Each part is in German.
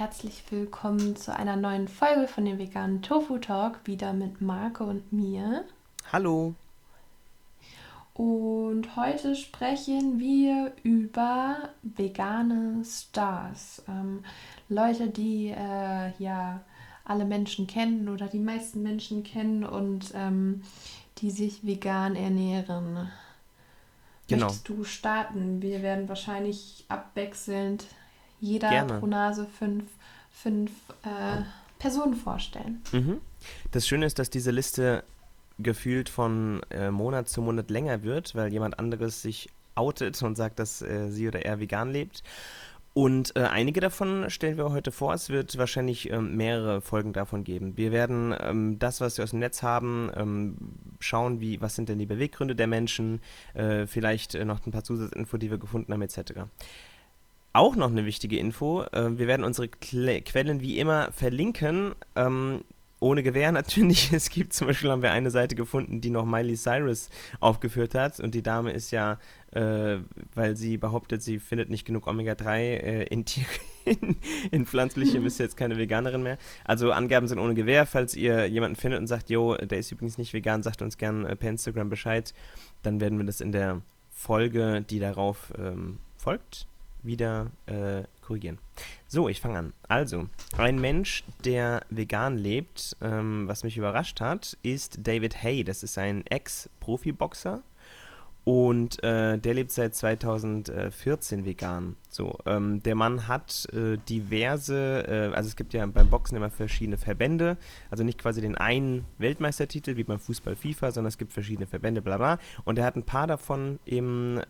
herzlich willkommen zu einer neuen Folge von dem veganen Tofu Talk, wieder mit Marco und mir. Hallo. Und heute sprechen wir über vegane Stars. Leute, die ja alle Menschen kennen oder die meisten Menschen kennen und die sich vegan ernähren. Genau, Möchtest du starten? Wir werden wahrscheinlich abwechselnd jeder gerne. pro Nase fünf Personen vorstellen. Mhm. Das Schöne ist, dass diese Liste gefühlt von Monat zu Monat länger wird, weil jemand anderes sich outet und sagt, dass sie oder er vegan lebt. Und einige davon stellen wir heute vor. Es wird wahrscheinlich mehrere Folgen davon geben. Wir werden das, was wir aus dem Netz haben, schauen, was sind denn die Beweggründe der Menschen, vielleicht noch ein paar Zusatzinfo, die wir gefunden haben, etc. Auch noch eine wichtige Info, wir werden unsere Quellen wie immer verlinken, ohne Gewähr natürlich. Es gibt zum Beispiel, haben wir eine Seite gefunden, die noch Miley Cyrus aufgeführt hat, und die Dame ist ja, weil sie behauptet, sie findet nicht genug Omega-3 in pflanzlichem, ist jetzt keine Veganerin mehr. Also Angaben sind ohne Gewähr. Falls ihr jemanden findet und sagt, jo, der ist übrigens nicht vegan, sagt uns gern per Instagram Bescheid. Dann werden wir das in der Folge, die darauf folgt, wieder korrigieren. So, ich fange an. Also, ein Mensch, der vegan lebt, was mich überrascht hat, ist David Haye. Das ist ein Ex-Profi-Boxer und der lebt seit 2014 vegan. So, der Mann hat diverse, also es gibt ja beim Boxen immer verschiedene Verbände, also nicht quasi den einen Weltmeistertitel wie beim Fußball FIFA, sondern es gibt verschiedene Verbände, bla bla. Und er hat ein paar davon im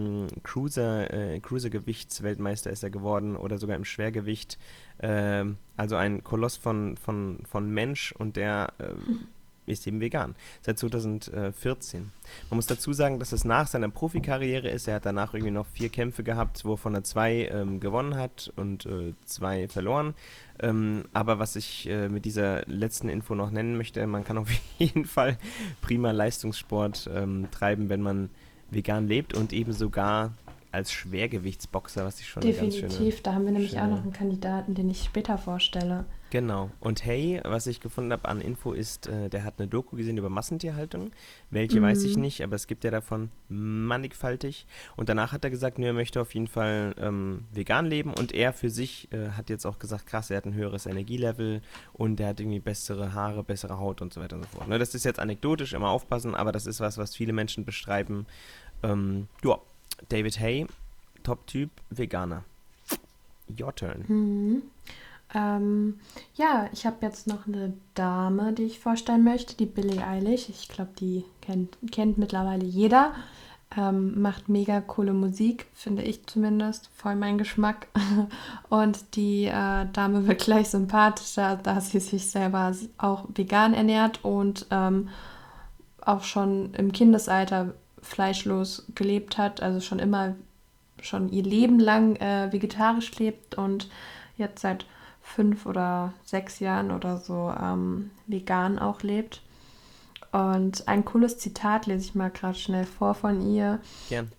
Cruisergewichtsweltmeister ist er geworden oder sogar im Schwergewicht. Also ein Koloss von Mensch, und der ist eben vegan. Seit 2014. Man muss dazu sagen, dass es nach seiner Profikarriere ist. Er hat danach irgendwie noch 4 Kämpfe gehabt, wovon er 2 gewonnen hat und 2 verloren. Aber was ich mit dieser letzten Info noch nennen möchte, man kann auf jeden Fall prima Leistungssport treiben, wenn man vegan lebt, und eben sogar als Schwergewichtsboxer, was ich schon eine ganz Definitiv, da haben wir nämlich auch noch schöne. einen Kandidaten, den ich später vorstelle. Genau. Und hey, was ich gefunden habe an Info ist, der hat eine Doku gesehen über Massentierhaltung. Welche weiß ich Mhm. nicht, aber es gibt ja davon mannigfaltig. Und danach hat er gesagt, nö, er möchte auf jeden Fall vegan leben. Und er für sich hat jetzt auch gesagt, krass, er hat ein höheres Energielevel und er hat irgendwie bessere Haare, bessere Haut und so weiter und so fort. Ne, das ist jetzt anekdotisch, immer aufpassen, aber das ist was viele Menschen beschreiben. Ja, David Haye, Top-Typ, Veganer. Your turn. Mhm. Ja, ich habe jetzt noch eine Dame, die ich vorstellen möchte, die Billie Eilish. Ich glaube, die kennt mittlerweile jeder. Macht mega coole Musik, finde ich zumindest. Voll mein Geschmack. Und die Dame wird gleich sympathischer, da sie sich selber auch vegan ernährt und auch schon im Kindesalter fleischlos gelebt hat. Also schon immer, schon ihr Leben lang vegetarisch lebt und jetzt seit 5 oder 6 Jahren oder so vegan auch lebt. Und ein cooles Zitat lese ich mal gerade schnell vor von ihr. Gern.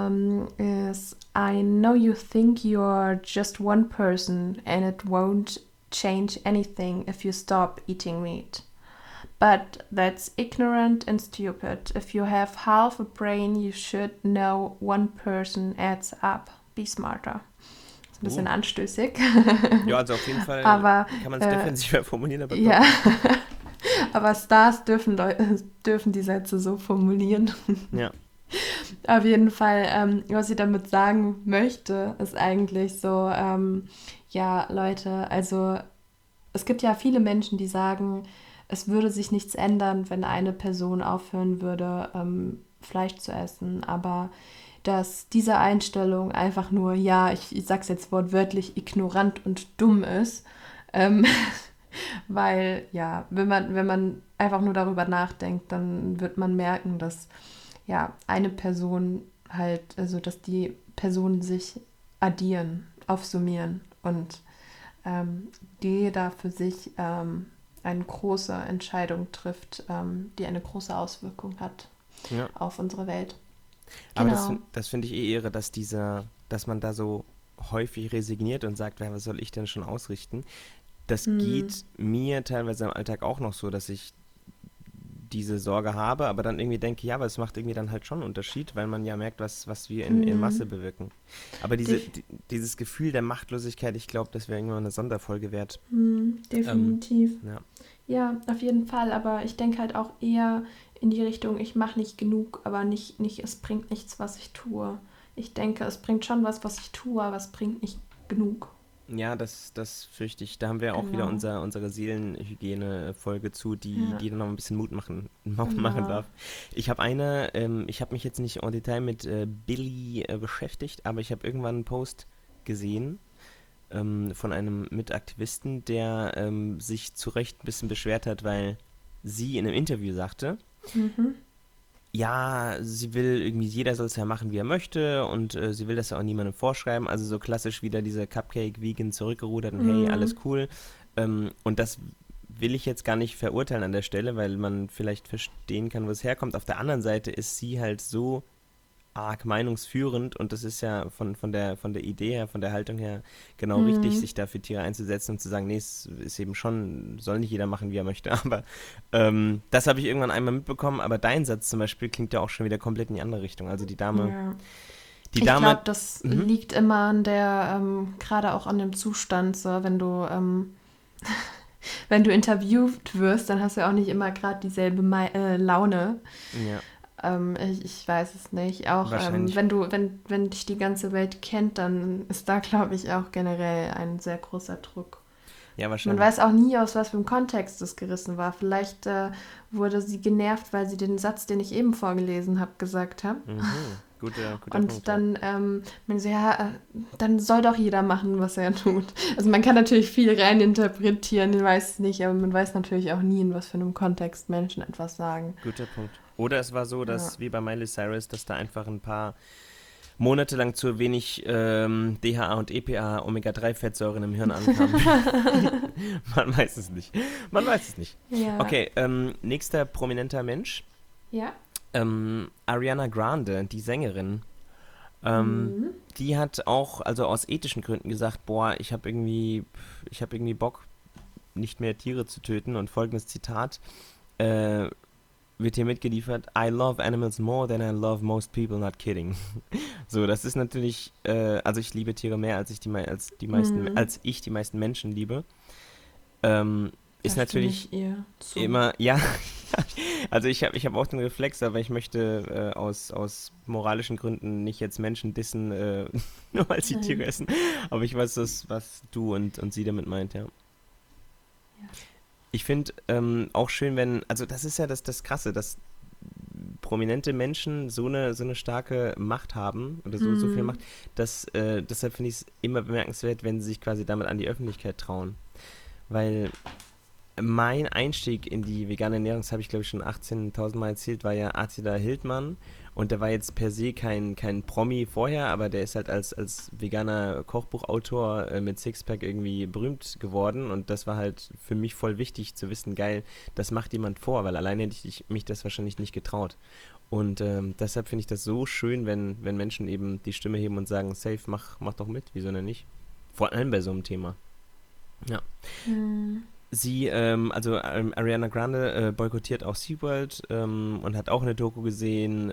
Ist I know you think you're just one person and it won't change anything if you stop eating meat. But that's ignorant and stupid. If you have half a brain, you should know one person adds up. Be smarter. Ist ein bisschen anstößig. Ja, also auf jeden Fall Aber kann man es defensiver formulieren, aber ja, top. aber Stars dürfen die Sätze so formulieren. Ja. Auf jeden Fall, was ich damit sagen möchte, ist eigentlich so, ja, Leute, also es gibt ja viele Menschen, die sagen, es würde sich nichts ändern, wenn eine Person aufhören würde, Fleisch zu essen, aber dass diese Einstellung einfach nur, ja, ich sag's jetzt wortwörtlich, ignorant und dumm ist, ähm, weil, ja, wenn man einfach nur darüber nachdenkt, dann wird man merken, dass, ja, eine Person halt, also dass die Personen sich addieren, aufsummieren und die da für sich eine große Entscheidung trifft, die eine große Auswirkung hat Ja. auf unsere Welt. Aber das, Genau. das finde ich eh irre, dass man da so häufig resigniert und sagt, ja, was soll ich denn schon ausrichten? Das Hm. geht mir teilweise im Alltag auch noch so, dass ich diese Sorge habe, aber dann irgendwie denke, ja, aber es macht irgendwie dann halt schon einen Unterschied, weil man ja merkt, was wir in Masse Hm. bewirken. Aber Def dieses Gefühl der Machtlosigkeit, ich glaube, das wäre irgendwann eine Sonderfolge wert. Ähm, definitiv. ja. Ja, auf jeden Fall. Aber ich denke halt auch eher in die Richtung, ich mache nicht genug, aber nicht, es bringt nichts, was ich tue. Ich denke, es bringt schon was, was ich tue, aber es bringt nicht genug. Ja, das fürchte ich. Da haben wir auch wieder Genau. unsere Seelenhygiene-Folge zu, Ja, die dann noch ein bisschen Mut machen, machen genau. darf. Ich habe mich jetzt nicht en Detail mit Billy beschäftigt, aber ich habe irgendwann einen Post gesehen von einem Mitaktivisten, der sich zu Recht ein bisschen beschwert hat, weil sie in einem Interview sagte, Mhm. ja, sie will irgendwie, jeder soll es ja machen, wie er möchte und sie will das ja auch niemandem vorschreiben. Also so klassisch wieder diese Cupcake-Vegan zurückgerudert und hey, alles Mhm. cool. Und das will ich jetzt gar nicht verurteilen an der Stelle, weil man vielleicht verstehen kann, wo es herkommt. Auf der anderen Seite ist sie halt so arg meinungsführend und das ist ja von der Idee her, von der Haltung her genau richtig, Mhm. sich da für Tiere einzusetzen und zu sagen, nee, es ist eben schon, soll nicht jeder machen, wie er möchte, aber das habe ich irgendwann einmal mitbekommen, aber dein Satz zum Beispiel klingt ja auch schon wieder komplett in die andere Richtung. Also Ja. die Ich Dame, glaube, das mhm, liegt immer an der, gerade auch an dem Zustand, so, wenn du interviewt wirst, dann hast du ja auch nicht immer gerade dieselbe Laune. ja, Ich weiß es nicht. Auch wahrscheinlich, wenn dich die ganze Welt kennt, dann ist da, glaube ich, auch generell ein sehr großer Druck. ja, Man wahrscheinlich. weiß auch nie, aus was für einem Kontext es gerissen war. Vielleicht wurde sie genervt, weil sie den Satz, den ich eben vorgelesen habe, gesagt hat. Mhm, guter Und Punkt, ja. dann, man so, ja, dann soll doch jeder machen, was er tut. Also man kann natürlich viel rein interpretieren, ich weiß es nicht, aber man weiß natürlich auch nie, in was für einem Kontext Menschen etwas sagen. Guter Punkt. Oder es war so, Ja. dass wie bei Miley Cyrus, dass da einfach ein paar monatelang zu wenig DHA und EPA Omega-3-Fettsäuren im Hirn ankamen. Man weiß es nicht. Man weiß es nicht. Ja. Okay, nächster prominenter Mensch. Ja. Ariana Grande, die Sängerin. Ähm, Mhm. die hat auch, also aus ethischen Gründen gesagt, boah, ich habe irgendwie Bock, nicht mehr Tiere zu töten. Und folgendes Zitat äh, wird hier mitgeliefert: I love animals more than I love most people, not kidding. So, das ist natürlich, also ich liebe Tiere mehr, Mhm. als ich die meisten Menschen liebe. Ähm, Da ist stimme natürlich ich ihr zu. immer, ja, also ich hab auch den Reflex, aber ich möchte aus moralischen Gründen nicht jetzt Menschen dissen, nur weil sie Tiere Nein. essen. Aber ich weiß, was du und sie damit meint, ja. Ja. Ich finde auch schön, wenn, also das ist ja das Krasse, dass prominente Menschen so eine starke Macht haben oder so viel Macht, Mhm. dass deshalb finde ich es immer bemerkenswert, wenn sie sich quasi damit an die Öffentlichkeit trauen. Weil mein Einstieg in die vegane Ernährung, das habe ich glaube ich schon 18.000 Mal erzählt, war ja Attila Hildmann. Und der war jetzt per se kein Promi vorher, aber der ist halt als veganer Kochbuchautor mit Sixpack irgendwie berühmt geworden. Und das war halt für mich voll wichtig zu wissen, geil, das macht jemand vor, weil alleine hätte ich mich das wahrscheinlich nicht getraut. Und deshalb finde ich das so schön, wenn Menschen eben die Stimme heben und sagen, safe, mach doch mit, wieso denn nicht? Vor allem bei so einem Thema. Ja. Mhm. Ariana Grande boykottiert auch SeaWorld und hat auch eine Doku gesehen,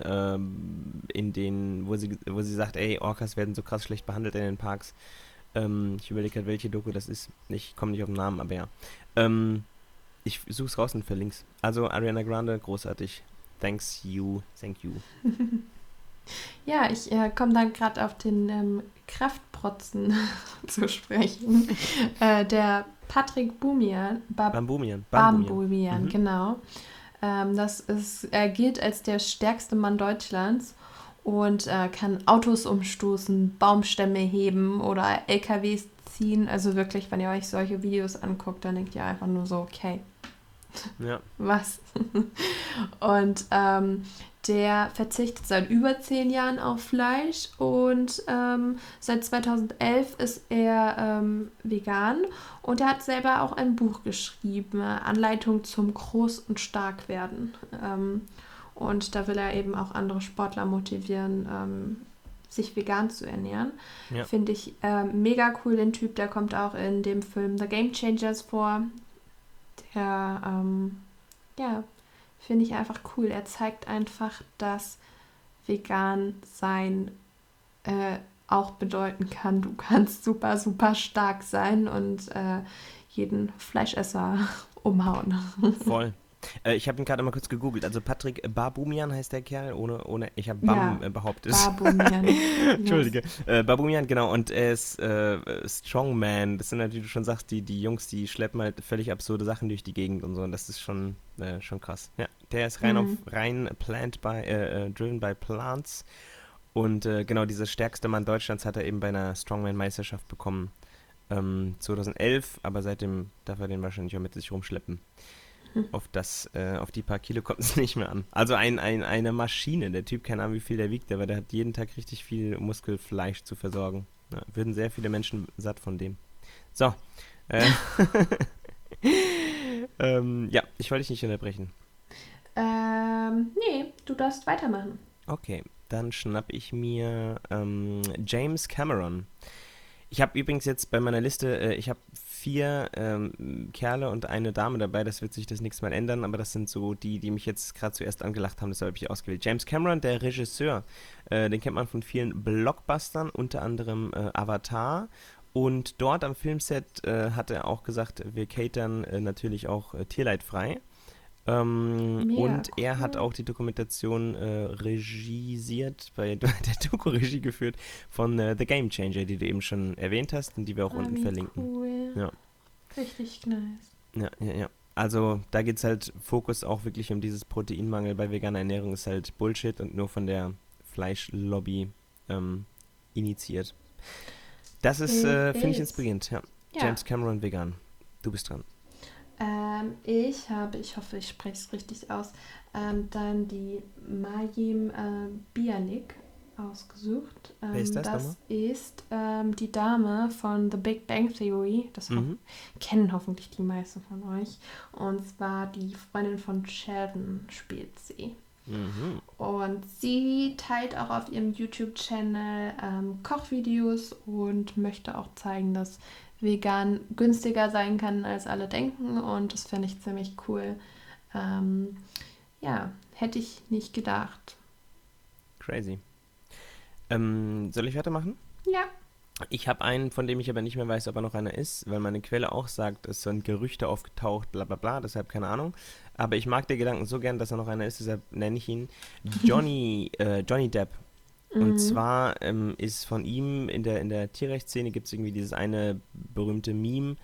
wo sie sagt, ey, Orcas werden so krass schlecht behandelt in den Parks. Ich überlege gerade, welche Doku das ist. Ich komme nicht auf den Namen, aber ja. Ähm, ich suche es raus und verlinke es. Also Ariana Grande, großartig. Thank you. Ja, ich komme dann gerade auf den Kraftprotzen zu sprechen. Der Patrick Boumian, Bambumian. Bambumian, Mhm. genau. Er gilt als der stärkste Mann Deutschlands und kann Autos umstoßen, Baumstämme heben oder LKWs ziehen. Also wirklich, wenn ihr euch solche Videos anguckt, dann denkt ihr einfach nur so, okay, Ja. was? Und der verzichtet seit über 10 Jahren auf Fleisch und seit 2011 ist er vegan und er hat selber auch ein Buch geschrieben, Anleitung zum Groß- und Starkwerden. Und da will er eben auch andere Sportler motivieren, sich vegan zu ernähren. Ja. Finde ich mega cool, den Typ, der kommt auch in dem Film The Game Changers vor. Der, ja, finde ich einfach cool. Er zeigt einfach, dass vegan sein auch bedeuten kann, du kannst super, super stark sein und jeden Fleischesser umhauen. Voll. Ich habe ihn gerade mal kurz gegoogelt. Also Patrick Baboumian heißt der Kerl, ohne ich habe Ja, behauptet. Baboumian. Entschuldige. Baboumian, genau. Und er ist Strongman. Das sind natürlich, wie du schon sagst, die Jungs, die schleppen halt völlig absurde Sachen durch die Gegend und so. Und das ist schon krass. Ja, der ist rein driven by plants. Und genau, dieser stärkste Mann Deutschlands hat er eben bei einer Strongman-Meisterschaft bekommen. 2011, aber seitdem darf er den wahrscheinlich auch mit sich rumschleppen. Auf die paar Kilo kommt es nicht mehr an. Also eine Maschine. Der Typ, keine Ahnung, wie viel der wiegt, aber der hat jeden Tag richtig viel Muskelfleisch zu versorgen. Ja, würden sehr viele Menschen satt von dem. So. Ja, ich wollte dich nicht unterbrechen. Nee, du darfst weitermachen. Okay, dann schnapp ich mir James Cameron. Ich habe übrigens jetzt bei meiner Liste, ich habe 4 Kerle und eine Dame dabei, das wird sich das nächste Mal ändern, aber das sind so die mich jetzt gerade zuerst angelacht haben, deshalb habe ich ausgewählt. James Cameron, der Regisseur, den kennt man von vielen Blockbustern, unter anderem Avatar. Und dort am Filmset hat er auch gesagt, wir catern natürlich auch tierleidfrei. Und er hat auch die Dokumentation regisiert, der Doku-Regie geführt von The Game Changer, die du eben schon erwähnt hast und die wir auch unten verlinken. Cool. Ja. Richtig nice. Ja. Also da geht es halt Fokus auch wirklich um dieses Proteinmangel bei veganer Ernährung ist halt Bullshit und nur von der Fleischlobby initiiert. Das ist, finde ich, inspirierend. Ja. James Cameron vegan. Du bist dran. Ich hoffe, ich spreche es richtig aus, dann die Mayim Bialik ausgesucht. Wer ist das nochmal? Ist die Dame von The Big Bang Theory. Das kennen hoffentlich die meisten von euch. Und zwar die Freundin von Sheldon spielt sie. Mhm. Und sie teilt auch auf ihrem YouTube-Channel Kochvideos und möchte auch zeigen, dass vegan günstiger sein kann, als alle denken. Und das finde ich ziemlich cool. Ja, hätte ich nicht gedacht. Crazy. Soll ich weitermachen? Ja. Ich habe einen, von dem ich aber nicht mehr weiß, ob er noch einer ist, weil meine Quelle auch sagt, es sind Gerüchte aufgetaucht, bla bla bla, deshalb keine Ahnung. Aber ich mag den Gedanken so gern, dass er noch einer ist, deshalb nenne ich ihn Johnny Depp. Und zwar ist von ihm in der Tierrechtsszene gibt es irgendwie dieses eine berühmte Meme,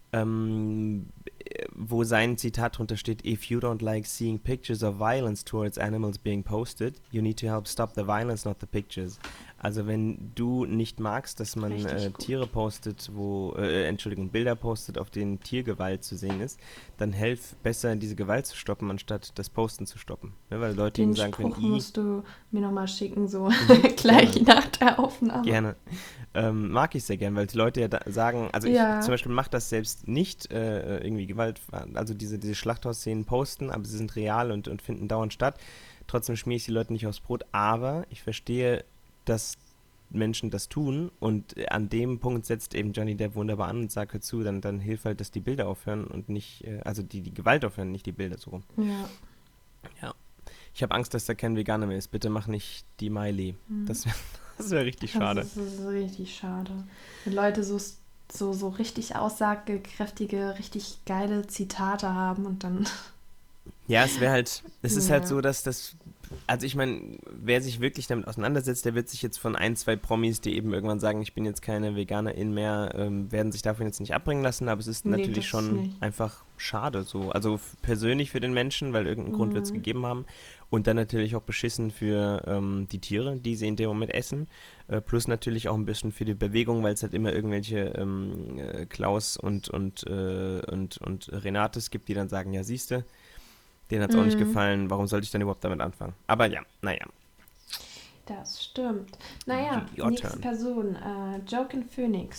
wo sein Zitat drunter steht: If you don't like seeing pictures of violence towards animals being posted, you need to help stop the violence, not the pictures. Also wenn du nicht magst, dass man Tiere postet, Bilder postet, auf denen Tiergewalt zu sehen ist, dann helf besser, diese Gewalt zu stoppen, anstatt das Posten zu stoppen. Ja, weil Leute Den ihm sagen Spruch können, musst du mir nochmal schicken, so gleich nach der Aufnahme. Gerne. Mag ich sehr gern, weil die Leute ja sagen, also ich zum Beispiel mache das selbst nicht, irgendwie Gewalt, also diese Schlachthausszenen posten, aber sie sind real und finden dauernd statt. Trotzdem schmiere ich die Leute nicht aufs Brot, aber ich verstehe, dass Menschen das tun und an dem Punkt setzt eben Johnny Depp wunderbar an und sagt, hör zu, dann hilft halt, dass die Bilder aufhören und nicht, also die Gewalt aufhören, nicht die Bilder so rum. Ja. Ich habe Angst, dass da kein Veganer mehr ist. Bitte mach nicht die Miley. Das wäre richtig schade. Das ist richtig schade. Wenn Leute so richtig aussagekräftige, richtig geile Zitate haben und dann... Ja, es ist halt so, dass das, also ich meine, wer sich wirklich damit auseinandersetzt, der wird sich jetzt von 1, 2 Promis, die eben irgendwann sagen, ich bin jetzt keine Veganerin mehr, werden sich davon jetzt nicht abbringen lassen, aber es ist natürlich schon einfach schade so. Also persönlich für den Menschen, weil irgendeinen Grund wird es gegeben haben und dann natürlich auch beschissen für die Tiere, die sie in dem Moment essen, plus natürlich auch ein bisschen für die Bewegung, weil es halt immer irgendwelche Klaus und Renates gibt, die dann sagen, ja siehste, denen hat es auch nicht gefallen, warum sollte ich dann überhaupt damit anfangen? Aber ja, naja. Das stimmt. Naja, nächste Person, Joaquin Phoenix.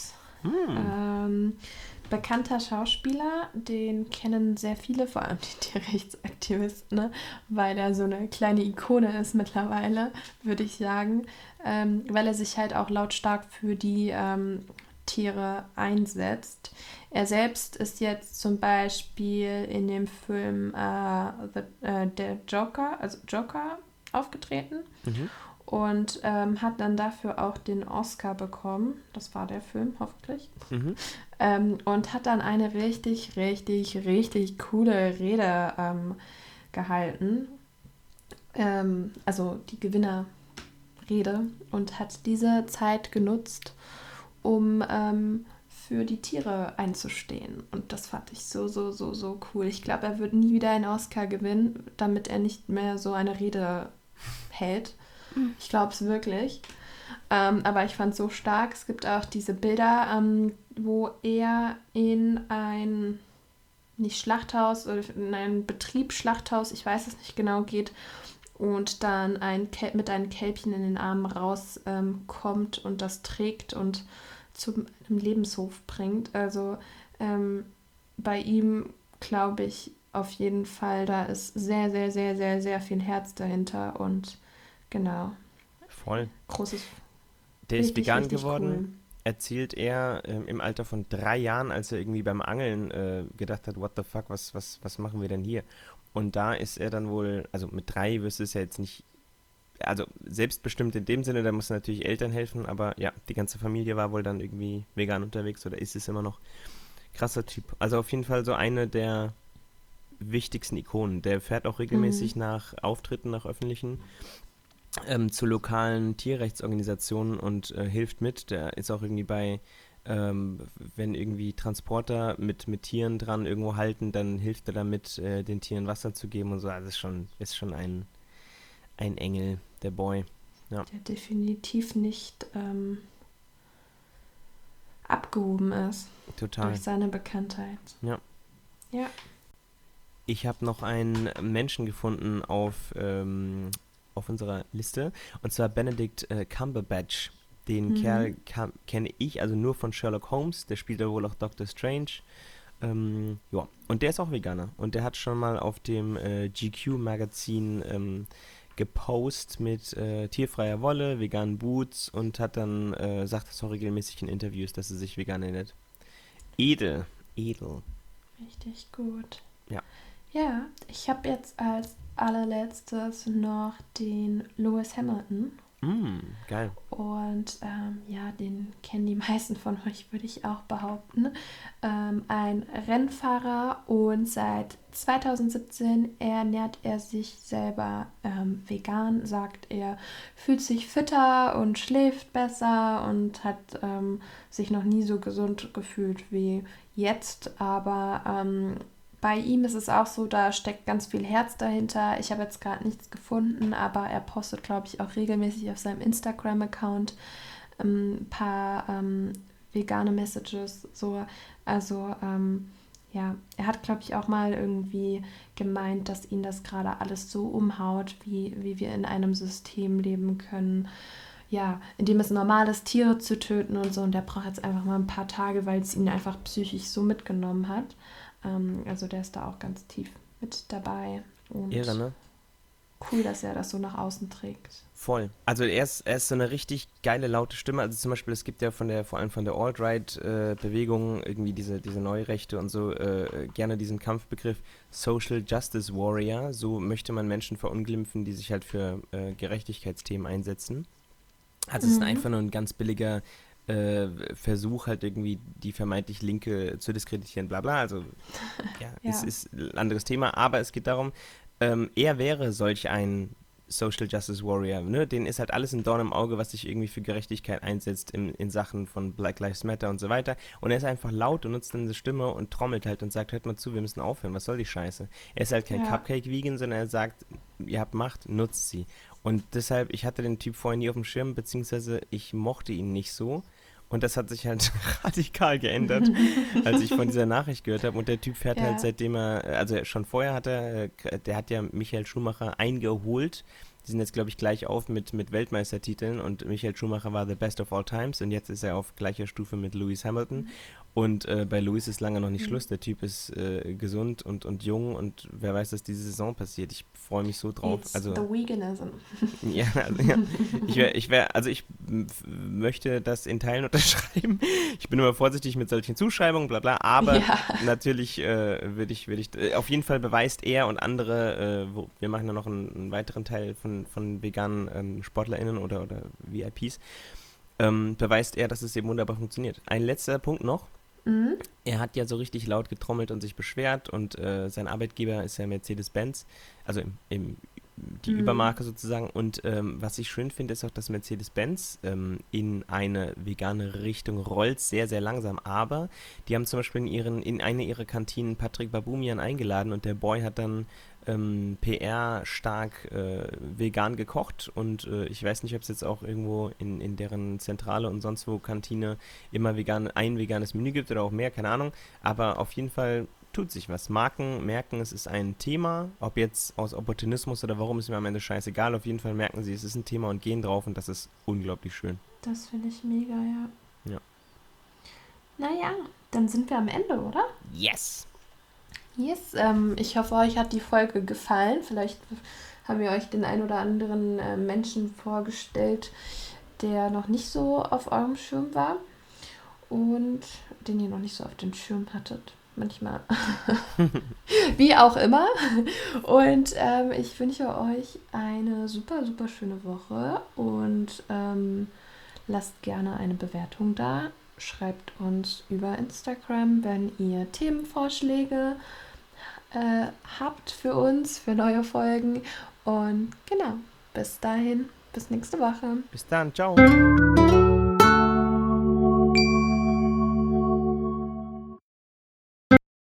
Hm. Bekannter Schauspieler, den kennen sehr viele, vor allem die Tierrechtsaktivisten, ne? Weil er so eine kleine Ikone ist mittlerweile, würde ich sagen, weil er sich halt auch lautstark für die Tiere einsetzt. Er selbst ist jetzt zum Beispiel in dem Film der Joker, also Joker, aufgetreten Mhm. und hat dann dafür auch den Oscar bekommen. Das war der Film, hoffentlich. Mhm. Und hat dann eine richtig, richtig, richtig coole Rede gehalten. Also die Gewinnerrede. Und hat diese Zeit genutzt, um für die Tiere einzustehen. Und das fand ich so, so, so, so cool. Ich glaube, er wird nie wieder einen Oscar gewinnen, damit er nicht mehr so eine Rede hält. Ich glaube es wirklich. Aber ich fand es so stark. Es gibt auch diese Bilder, wo er in ein, nicht Schlachthaus, oder in ein Betrieb, Schlachthaus, ich weiß es nicht genau, geht und dann mit einem Kälbchen in den Armen rauskommt und das trägt und zu einem Lebenshof bringt. Also bei ihm glaube ich auf jeden Fall, da ist sehr, sehr, sehr, sehr, sehr viel Herz dahinter und genau, Voll. großes, Der ist richtig, vegan richtig cool. geworden, erzählt er im Alter von 3 Jahren, als er irgendwie beim Angeln gedacht hat, what the fuck, was machen wir denn hier? Und da ist er dann wohl, also mit 3 wirst du es ja jetzt nicht, also selbstbestimmt in dem Sinne, da müssen natürlich Eltern helfen, aber ja, die ganze Familie war wohl dann irgendwie vegan unterwegs oder ist es immer noch. Krasser Typ. Also auf jeden Fall so eine der wichtigsten Ikonen. Der fährt auch regelmäßig Mhm. nach Auftritten, nach öffentlichen, zu lokalen Tierrechtsorganisationen und hilft mit. Der ist auch irgendwie bei, wenn irgendwie Transporter mit Tieren dran irgendwo halten, dann hilft er damit, den Tieren Wasser zu geben und so. Also ist schon ein Engel, der Boy. Ja, Der definitiv nicht abgehoben ist total. durch seine Bekanntheit. Ja. Ja. Ich habe noch einen Menschen gefunden auf unserer Liste, und zwar Benedict Cumberbatch. Den Mhm. Kerl kenne ich also nur von Sherlock Holmes, der spielt da wohl auch Doctor Strange. Ja, und der ist auch Veganer und der hat schon mal auf dem GQ-Magazin gepostet mit tierfreier Wolle, veganen Boots und hat dann, sagt das auch regelmäßig in Interviews, dass er sich vegan ernährt. Edel, edel. Richtig gut. Ja. Ja, ich habe jetzt als allerletztes noch den Lewis Hamilton. Geil. Und ja, den kennen die meisten von euch, würde ich auch behaupten. Ein Rennfahrer und seit 2017 ernährt er sich selber vegan, sagt er, fühlt sich fitter und schläft besser und hat sich noch nie so gesund gefühlt wie jetzt. Aber bei ihm ist es auch so, da steckt ganz viel Herz dahinter. Ich habe jetzt gerade nichts gefunden, aber er postet, glaube ich, auch regelmäßig auf seinem Instagram-Account ein paar vegane Messages. So. Also ja, er hat, glaube ich, auch mal irgendwie gemeint, dass ihn das gerade alles so umhaut, wie wir in einem System leben können. Ja, in dem es normal ist, Tiere zu töten und so. Und der braucht jetzt einfach mal ein paar Tage, weil es ihn einfach psychisch so mitgenommen hat. Also der ist da auch ganz tief mit dabei. Ehre, Und ne? cool, dass er das so nach außen trägt. Voll. Also er ist so eine richtig geile, laute Stimme. Also zum Beispiel, es gibt ja vor allem von der Alt-Right-Bewegung irgendwie diese Neurechte und so gerne diesen Kampfbegriff Social Justice Warrior. So möchte man Menschen verunglimpfen, die sich halt für Gerechtigkeitsthemen einsetzen. Also es ist Mhm. einfach nur ein ganz billiger Versuch, halt irgendwie die vermeintlich Linke zu diskreditieren, bla bla. Also ja, es Ja, ist ein anderes Thema, aber es geht darum, er wäre solch ein Social Justice Warrior, ne? Denen ist halt alles ein Dorn im Auge, was sich irgendwie für Gerechtigkeit einsetzt in Sachen von Black Lives Matter und so weiter. Und er ist einfach laut und nutzt dann diese Stimme und trommelt halt und sagt, hört mal zu, wir müssen aufhören, was soll die Scheiße? Er ist halt kein ja, Cupcake-Vegan, sondern er sagt, ihr habt Macht, nutzt sie. Und deshalb, ich hatte den Typ vorher nie auf dem Schirm, beziehungsweise ich mochte ihn nicht so. Und das hat sich halt radikal geändert, als ich von dieser Nachricht gehört habe. Und der Typ fährt halt ja. seitdem also schon vorher der hat ja Michael Schumacher eingeholt, Die sind jetzt, glaube ich, gleich auf mit Weltmeistertiteln und Michael Schumacher war the best of all times und jetzt ist er auf gleicher Stufe mit Lewis Hamilton. Und bei Lewis ist lange noch nicht Schluss. Der Typ ist gesund und jung und wer weiß, was diese Saison passiert. Ich freue mich so drauf. It's Also the veganism. ja, also, ja. Ich möchte das in Teilen unterschreiben. Ich bin immer vorsichtig mit solchen Zuschreibungen, bla bla, aber Ja. natürlich auf jeden Fall beweist er und andere, wir machen ja noch einen weiteren Teil von veganen SportlerInnen oder VIPs, beweist er, dass es eben wunderbar funktioniert. Ein letzter Punkt noch. Mhm. Er hat ja so richtig laut getrommelt und sich beschwert und sein Arbeitgeber ist ja Mercedes-Benz, also die Übermarke sozusagen. Und was ich schön finde, ist auch, dass Mercedes-Benz in eine vegane Richtung rollt, sehr, sehr langsam. Aber die haben zum Beispiel in eine ihrer Kantinen Patrick Baboumian eingeladen und der Boy hat dann PR-stark vegan gekocht und ich weiß nicht, ob es jetzt auch irgendwo in deren Zentrale und sonst wo Kantine immer ein veganes Menü gibt oder auch mehr, keine Ahnung. Aber auf jeden Fall tut sich was. Marken merken, es ist ein Thema, ob jetzt aus Opportunismus oder warum, ist mir am Ende scheißegal. Auf jeden Fall merken sie, es ist ein Thema und gehen drauf und das ist unglaublich schön. Das finde ich mega, ja. Ja. Naja, dann sind wir am Ende, oder? Yes! Yes, ich hoffe, euch hat die Folge gefallen. Vielleicht haben wir euch den ein oder anderen Menschen vorgestellt, der noch nicht so auf eurem Schirm war und den ihr noch nicht so auf den Schirm hattet. Manchmal. Wie auch immer. Und ich wünsche euch eine super, super schöne Woche und lasst gerne eine Bewertung da. Schreibt uns über Instagram, wenn ihr Themenvorschläge habt für uns, für neue Folgen. Und genau, bis dahin, bis nächste Woche. Bis dann, ciao!